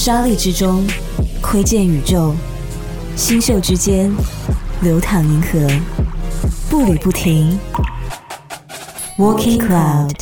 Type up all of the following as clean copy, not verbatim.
沙砾之中窥见宇宙，星宿之间流淌银河，步履不停 Walking Cloud。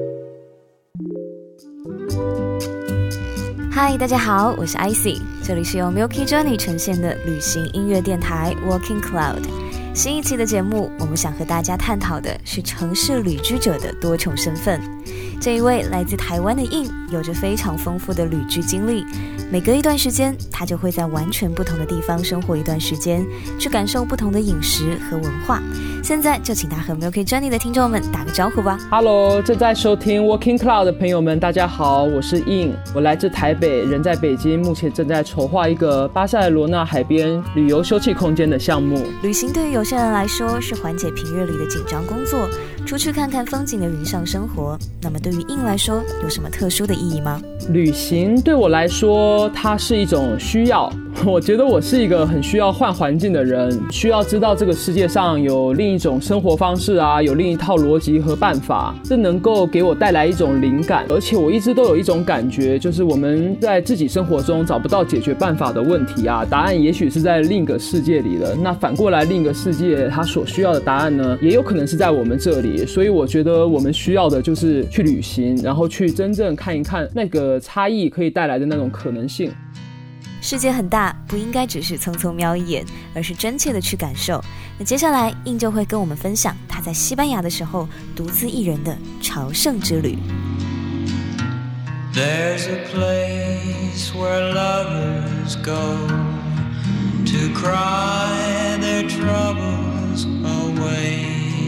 嗨，大家好，我是 Icy， 这里是由 Milky Journey 呈现的旅行音乐电台 Walking Cloud。 新一期的节目，我们想和大家探讨的是城市旅居者的多重身份。这一位来自台湾的印有着非常丰富的旅居经历，每隔一段时间他就会在完全不同的地方生活一段时间，去感受不同的饮食和文化。现在就请他和 Milky Journey 的听众们打个招呼吧。 Hello， 正在收听 Walking Cloud 的朋友们大家好，我是印，我来自台北，人在北京，目前正在筹划一个巴塞罗那海边旅游休憩空间的项目。 旅行对于有些人来说是缓解平日里的紧张工作，出去看看风景的云上生活。那么对于印来说有什么特殊的意义吗？ 旅行对我来说它是一种需要，我觉得我是一个很需要换环境的人，需要知道这个世界上有另一种生活方式啊，有另一套逻辑和办法，这能够给我带来一种灵感。而且我一直都有一种感觉，就是我们在自己生活中找不到解决办法的问题啊，答案也许是在另一个世界里了。那反过来另一个世界它所需要的答案呢，也有可能是在我们这里。所以我觉得我们需要的就是去旅行，然后去真正看一看那个差异可以带来的那种可能性。 世界很大，不应该只是匆匆瞄一眼，而是真切的去感受。那接下来印就会跟我们分享他在西班牙的时候独自一人的朝圣之旅。 There's a place where lovers go to cry their troubles away,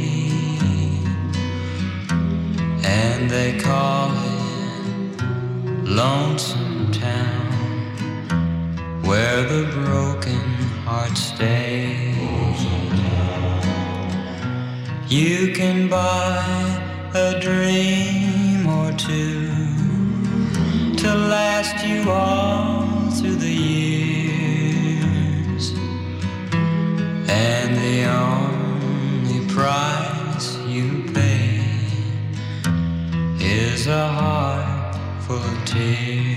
and they call it Lonesome Town, where the broken hearts stay. You can buy a dream or two to last you all through the years, and the only price you pay is a heart full of tears.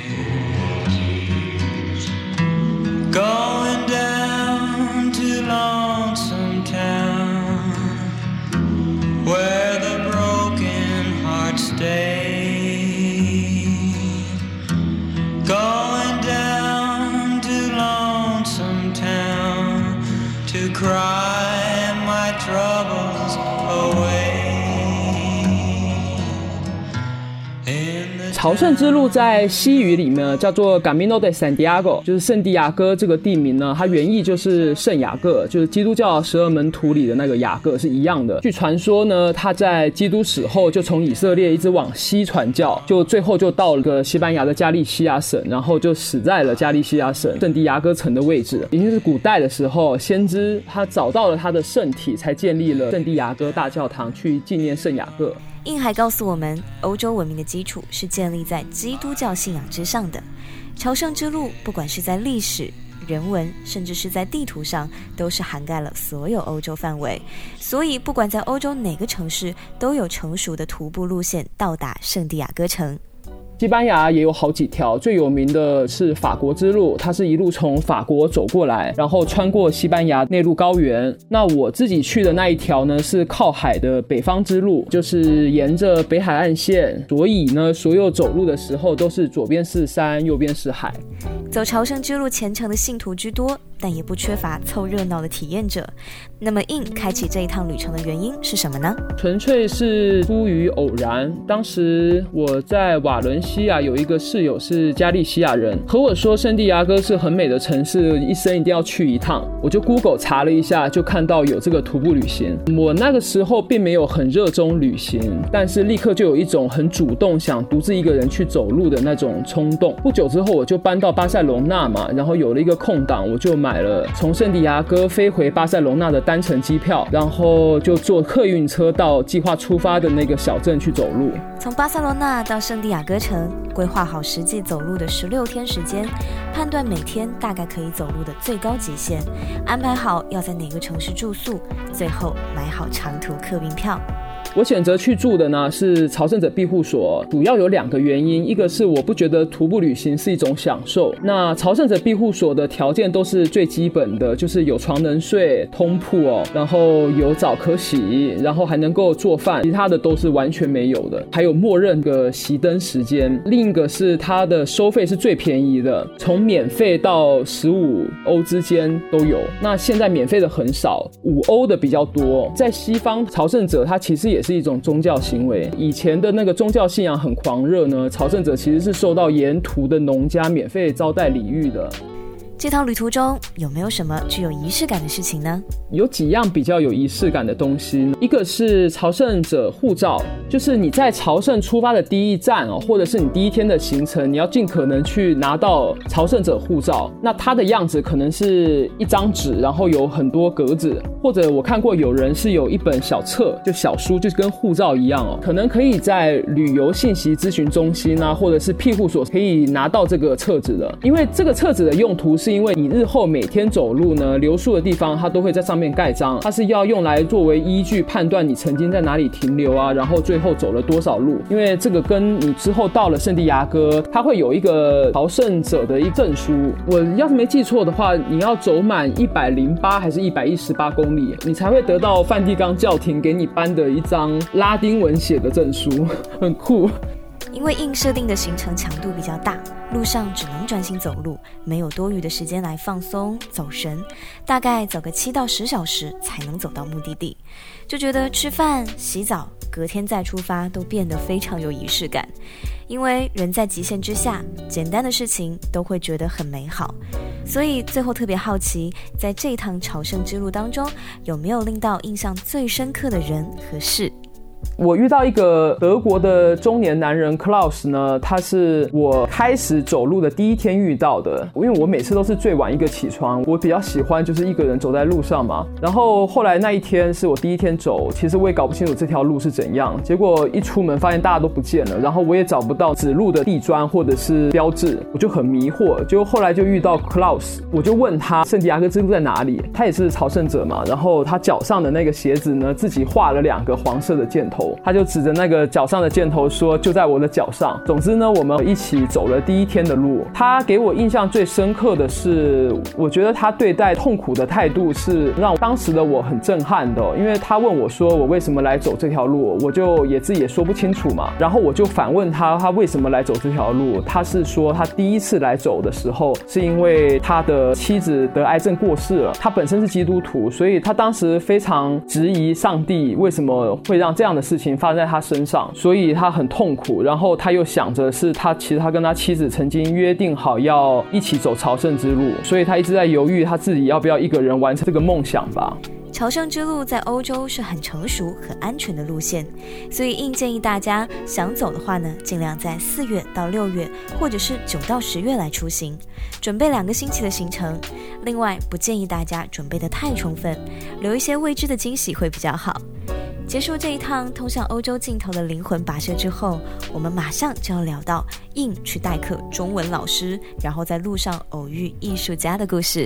Going down to Lonesome Town, where the broken hearts stay. Going down to Lonesome Town to cry my troubles away. 朝圣之路在西语里面叫做 Camino de Santiago， 就是圣地亚哥这个地名呢，它原意就是圣雅各，就是基督教12门徒里的那个雅各是一样的。据传说呢，他在基督死后就从以色列一直往西传教，就最后就到了个西班牙的加利西亚省，然后就死在了加利西亚省圣地亚哥城的位置。也就是古代的时候，先知他找到了他的圣体，才建立了圣地亚哥大教堂去纪念圣雅各。 印还告诉我们，欧洲文明的基础是建立在基督教信仰之上的。朝圣之路不管是在历史、人文，甚至是在地图上，都是涵盖了所有欧洲范围。所以不管在欧洲哪个城市，都有成熟的徒步路线到达圣地亚哥城。 西班牙也有好几条，最有名的是法国之路，它是一路从法国走过来，然后穿过西班牙内陆高原。那我自己去的那一条呢，是靠海的北方之路，就是沿着北海岸线，所以呢，所有走路的时候都是左边是山，右边是海。 走朝圣之路虔诚的信徒居多，但也不缺乏凑热闹的体验者。那么印开启这一趟旅程的原因是什么呢？ 纯粹是出于偶然。当时我在瓦伦西亚有一个室友是加利西亚人，和我说圣地亚哥是很美的城市，一生一定要去一趟。我就 Google 查了一下，就看到有这个徒步旅行。我那个时候并没有很热衷旅行，但是立刻就有一种很主动想独自一个人去走路的那种冲动。不久之后我就搬到巴塞隆纳嘛，然后有了一个空档，我就买了从圣地亚哥飞回巴塞隆纳的单程机票，然后就坐客运车到计划出发的那个小镇去走路。 从巴塞罗那到圣地亚哥城，规划好实际走路的16天时间，判断每天大概可以走路的最高极限，安排好要在哪个城市住宿，最后买好长途客运票。 我选择去住的呢是朝圣者庇护所，主要有2个原因，一个是我不觉得徒步旅行是一种享受，那朝圣者庇护所的条件都是最基本的，就是有床能睡，通铺然后有澡可洗，然后还能够做饭，其他的都是完全没有的，还有默认的熄灯时间。另一个是它的收费是最便宜的，从免费到15欧之间都有，那现在免费的很少，5欧的比较多。在西方，朝圣者它其实也是一种宗教行为，以前的那个宗教信仰很狂热呢，朝圣者其实是受到沿途的农家免费招待礼遇的。 这趟旅途中有没有什么具有仪式感的事情呢？ 有几样比较有仪式感的东西，一个是朝圣者护照，就是你在朝圣出发的第一站或者是你第一天的行程，你要尽可能去拿到朝圣者护照。那它的样子可能是一张纸，然后有很多格子，或者我看过有人是有一本小册，就小书，就跟护照一样可能可以在旅游信息咨询中心或者是庇护所可以拿到这个册子的。因为这个册子的用途是因为你日后每天走路呢，留宿的地方它都会在上面盖章，它是要用来作为依据判断你曾经在哪里停留然后最后走了多少路。因为这个跟你之后到了圣地亚哥，它会有一个朝圣者的一证书，我要是没记错的话，你要走满108还是118公里，你才会得到梵蒂冈教廷给你颁的一张拉丁文写的证书，很酷。 因为硬设定的行程强度比较大，路上只能专心走路，没有多余的时间来放松走神，大概走个7到10小时才能走到目的地，就觉得吃饭洗澡隔天再出发都变得非常有仪式感。因为人在极限之下，简单的事情都会觉得很美好，所以最后特别好奇，在这一趟朝圣之路当中，有没有令到印象最深刻的人和事？ 我遇到一个德国的中年男人 Klaus 呢，他是我开始走路的第一天遇到的。因为我每次都是最晚一个起床，我比较喜欢就是一个人走在路上嘛。然后后来那一天是我第一天走，其实我也搞不清楚这条路是怎样，结果一出门发现大家都不见了，然后我也找不到指路的地砖或者是标志，我就很迷惑。结果后来就遇到 Klaus， 我就问他圣地亚哥之路在哪里，他也是朝圣者嘛，然后他脚上的那个鞋子呢，自己画了2个黄色的箭头，他就指着那个脚上的箭头说就在我的脚上。总之呢，我们一起走了第一天的路。他给我印象最深刻的是，我觉得他对待痛苦的态度是让当时的我很震撼的因为他问我说我为什么来走这条路，我就自己也说不清楚嘛，然后我就反问他为什么来走这条路。他是说他第一次来走的时候是因为他的妻子得癌症过世了，他本身是基督徒，所以他当时非常质疑上帝为什么会让这样的事情发生在他身上，所以他很痛苦。然后他又想着是其实他跟他妻子曾经约定好要一起走朝圣之路，所以他一直在犹豫他自己要不要一个人完成这个梦想吧。 朝圣之路在欧洲是很成熟很安全的路线，所以硬建议大家想走的话呢，尽量在4月到6月或者是9到10月来出行，准备2个星期的行程。另外不建议大家准备得太充分，留一些未知的惊喜会比较好。结束这一趟通向欧洲尽头的灵魂跋涉之后，我们马上就要聊到硬去代课中文老师，然后在路上偶遇艺术家的故事。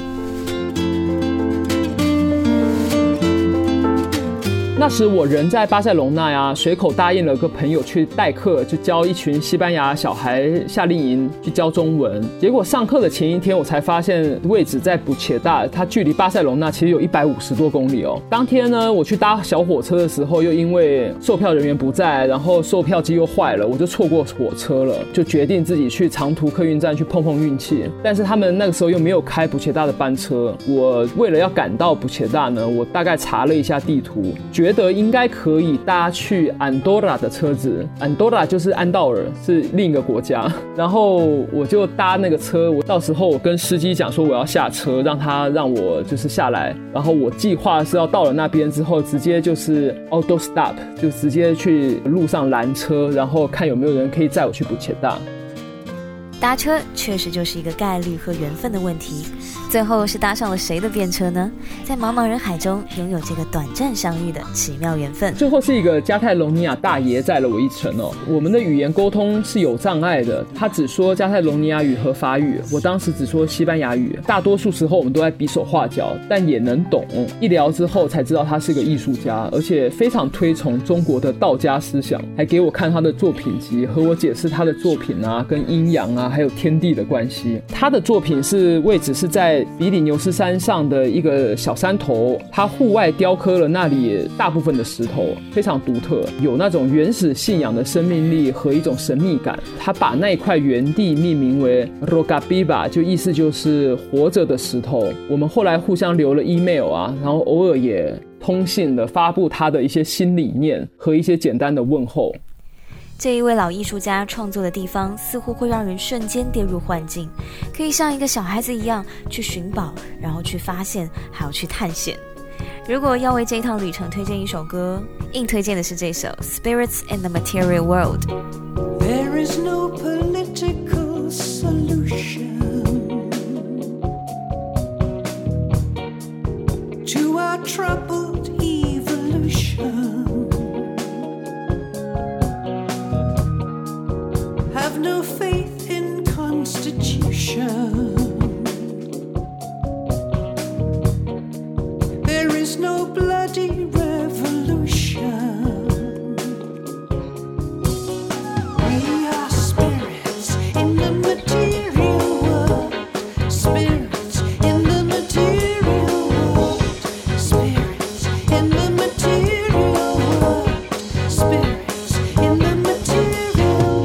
那时我人在巴塞隆纳呀，随口答应了个朋友去代课，就教一群西班牙小孩夏令营去教中文。结果上课的前一天，我才发现位置在布切大，它距离巴塞隆纳其实有150多公里当天呢，我去搭小火车的时候，又因为售票人员不在，然后售票机又坏了，我就错过火车了，就决定自己去长途客运站去碰碰运气。但是他们那个时候又没有开布切大的班车，我为了要赶到布切大呢，我大概查了一下地图，觉得应该可以搭去安多拉的车子。安多拉就是安道尔，是另一个国家。然后我就搭那个车，我到时候我跟司机讲说我要下车，让我就是下来。然后我计划是要到了那边之后，直接就是 auto stop， 就直接去路上拦车，然后看有没有人可以载我去布切大。 搭车确实就是一个概率和缘分的问题，最后是搭上了谁的便车呢？在茫茫人海中拥有这个短暂相遇的奇妙缘分。 最后是一个加泰隆尼亚大爷载了我一程哦。我们的语言沟通是有障碍的，他只说加泰隆尼亚语和法语，我当时只说西班牙语。大多数时候我们都在比手画脚，但也能懂。一聊之后才知道他是个艺术家，而且非常推崇中国的道家思想，还给我看他的作品集，和我解释他的作品啊，跟阴阳啊，还有天地的关系。他的作品位置是在比里牛斯山上的一个小山头，他户外雕刻了那里大部分的石头，非常独特，有那种原始信仰的生命力和一种神秘感。他把那一块原地命名为 Roca Viva， 就意思就是活着的石头。我们后来互相留了 email 啊，然后偶尔也通信的发布他的一些新理念和一些简单的问候。 这一位老艺术家创作的地方似乎会让人瞬间跌入幻境，可以像一个小孩子一样去寻宝，然后去发现，还要去探险。如果要为这一趟旅程推荐一首歌，硬推荐的是这首 Spirits in the Material World。 There is no political solution to our troubled evolution.Have no faith in constitution. There is no bloody revolution. We are spirits in the material world. Spirits in the material world. Spirits in the material world. Spirits in the material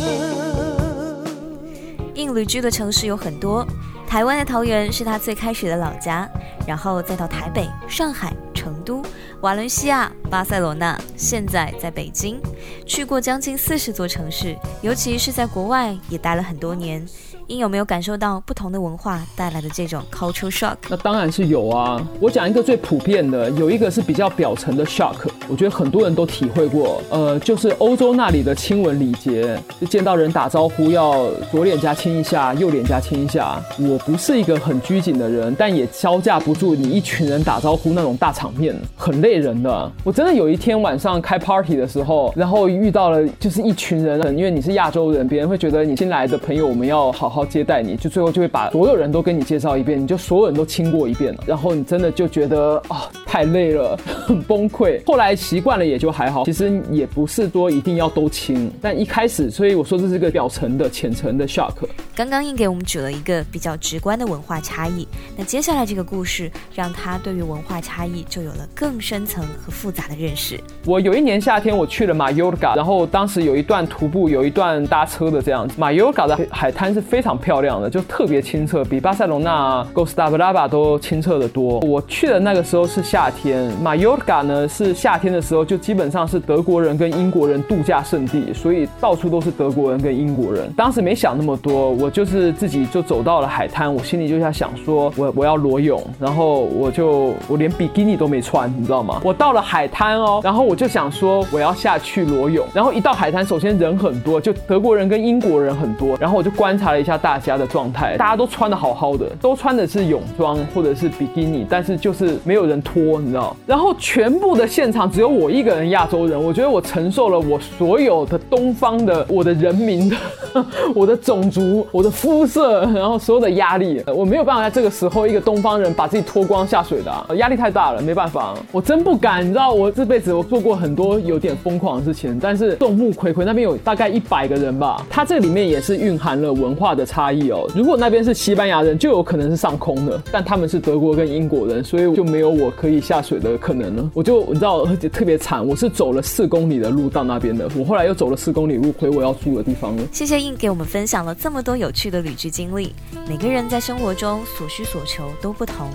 world. 印旅居的城市有很多，台湾的桃园是他最开始的老家，然后再到台北、上海、成都、瓦伦西亚、巴塞罗那，现在在北京，去过将近40座城市，尤其是在国外也待了很多年。印有没有感受到不同的文化带来的这种 cultural shock？ 那当然是有啊。我讲一个最普遍的，有一个是比较表层的 shock， 我觉得很多人都体会过，就是欧洲那里的亲吻礼节，就见到人打招呼要左脸颊亲一下，右脸颊亲一下。我不是一个很拘谨的人，但也招架不住你一群人打招呼那种大场面，很累人的。我真的有一天晚上开 party 的时候，然后遇到了就是一群人，因为你是亚洲人，别人会觉得你新来的朋友我们要好好接待你，就最后就会把所有人都跟你介绍一遍，你就所有人都亲过一遍了，然后你真的就觉得太累了，很崩溃。后来习惯了也就还好，其实也不是说一定要都亲，但一开始，所以我说这是个表层的浅层的 shock。 刚刚印给我们举了一个比较直观的文化差异，那接下来这个故事让他对于文化差异就有了更深层和复杂的认识。 我有一年夏天我去了马尤尔嘎，然后当时有一段徒步，有一段搭车的这样子。马尤尔嘎的海滩是非常漂亮的，就特别清澈，比巴塞罗那、Costa Brava 都清澈得多。我去的那个时候是夏天，马尤尔嘎呢是夏天的时候就基本上是德国人跟英国人度假胜地，所以到处都是德国人跟英国人。当时没想那么多，我就是自己就走到了海滩，我心里就在想说我要裸泳，然后我连比基尼都没穿，你知道吗？我到了海滩然后我就想说我要下去裸泳，然后一到海滩，首先人很多，就德国人跟英国人很多，然后我就观察了一下大家的状态，大家都穿得好好的，都穿的是泳装或者是比基尼，但是就是没有人脱，你知道？然后全部的现场只有我一个人亚洲人，我觉得我承受了我所有的东方的我的人民的我的种族、我的肤色，然后所有的压力，我没有办法在这个时候一个东方人把自己脱光下水的压力太大了，没办法，我真不敢。你知道我这辈子我做过很多有点疯狂的事情，但是众目睽睽那边有大概100个人吧，它这里面也是蕴含了文化的差异如果那边是西班牙人，就有可能是上空的，但他们是德国跟英国人，所以就没有我可以下水的可能了。我就你知道特别惨，我是走了4公里的路到那边的，我后来又走了4公里路回我要住的地方了。 谢谢印给我们分享了这么多有趣的旅居经历，每个人在生活中所需所求都不同，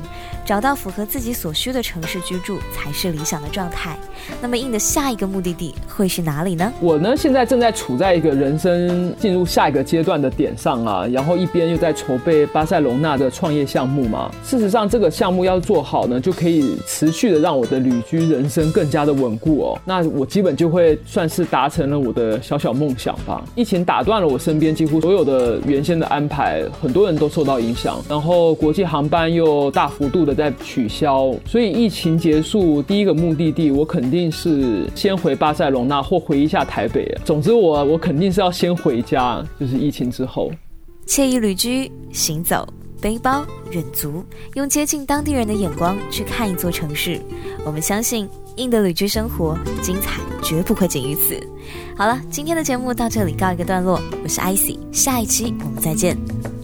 找到符合自己所需的城市居住才是理想的状态。那么印的下一个目的地会是哪里呢？ 我呢现在正在处在一个人生进入下一个阶段的点上啊，然后一边又在筹备巴塞隆纳的创业项目嘛。事实上这个项目要做好呢，就可以持续的让我的旅居人生更加的稳固哦。那我基本就会算是达成了我的小小梦想吧。疫情打断了我身边几乎所有的原先的安排，很多人都受到影响，然后国际航班又大幅度的在取消，所以疫情结束第一个目的地我肯定是先回巴塞隆纳或回一下台北。总之我肯定是要先回家，就是疫情之后。 惬意旅居，行走背包远足，用接近当地人的眼光去看一座城市。我们相信印的旅居生活精彩绝不会仅于此。好了，今天的节目到这里告一个段落，我是 IC， 下一期我们再见。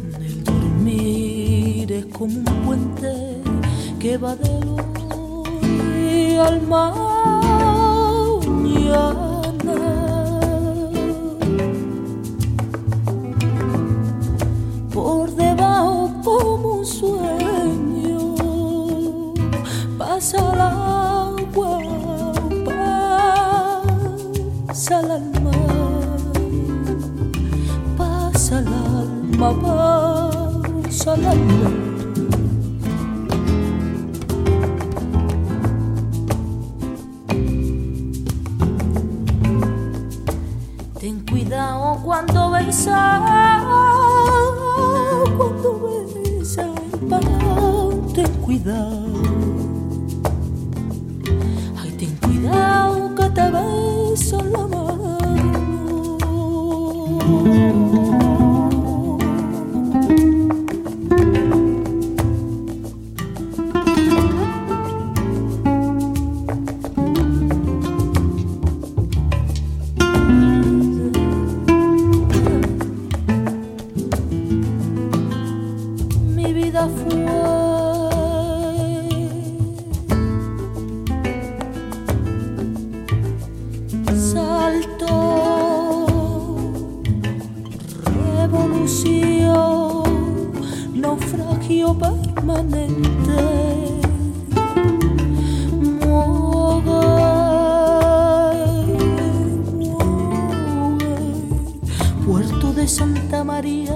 Por debajo como un sueño pasa el agua, pasa el alma, pasa el alma, pasa el alma. Ten cuidado cuando besas el pan, ten cuidado. Ay, ten cuidado que te beso la mano. Naufragio permanente, Puerto de Santa María,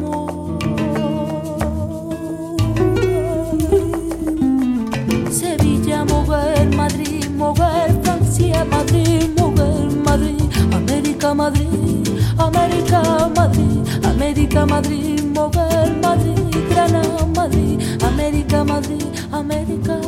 Sevilla, Moguer, Madrid, Moguer, Francia, Madrid, Moguer, Madrid, América, Madrid, América, Madrid, América, Madrid, Moguer, Madrid, Granada, Madrid, América, Madrid, América.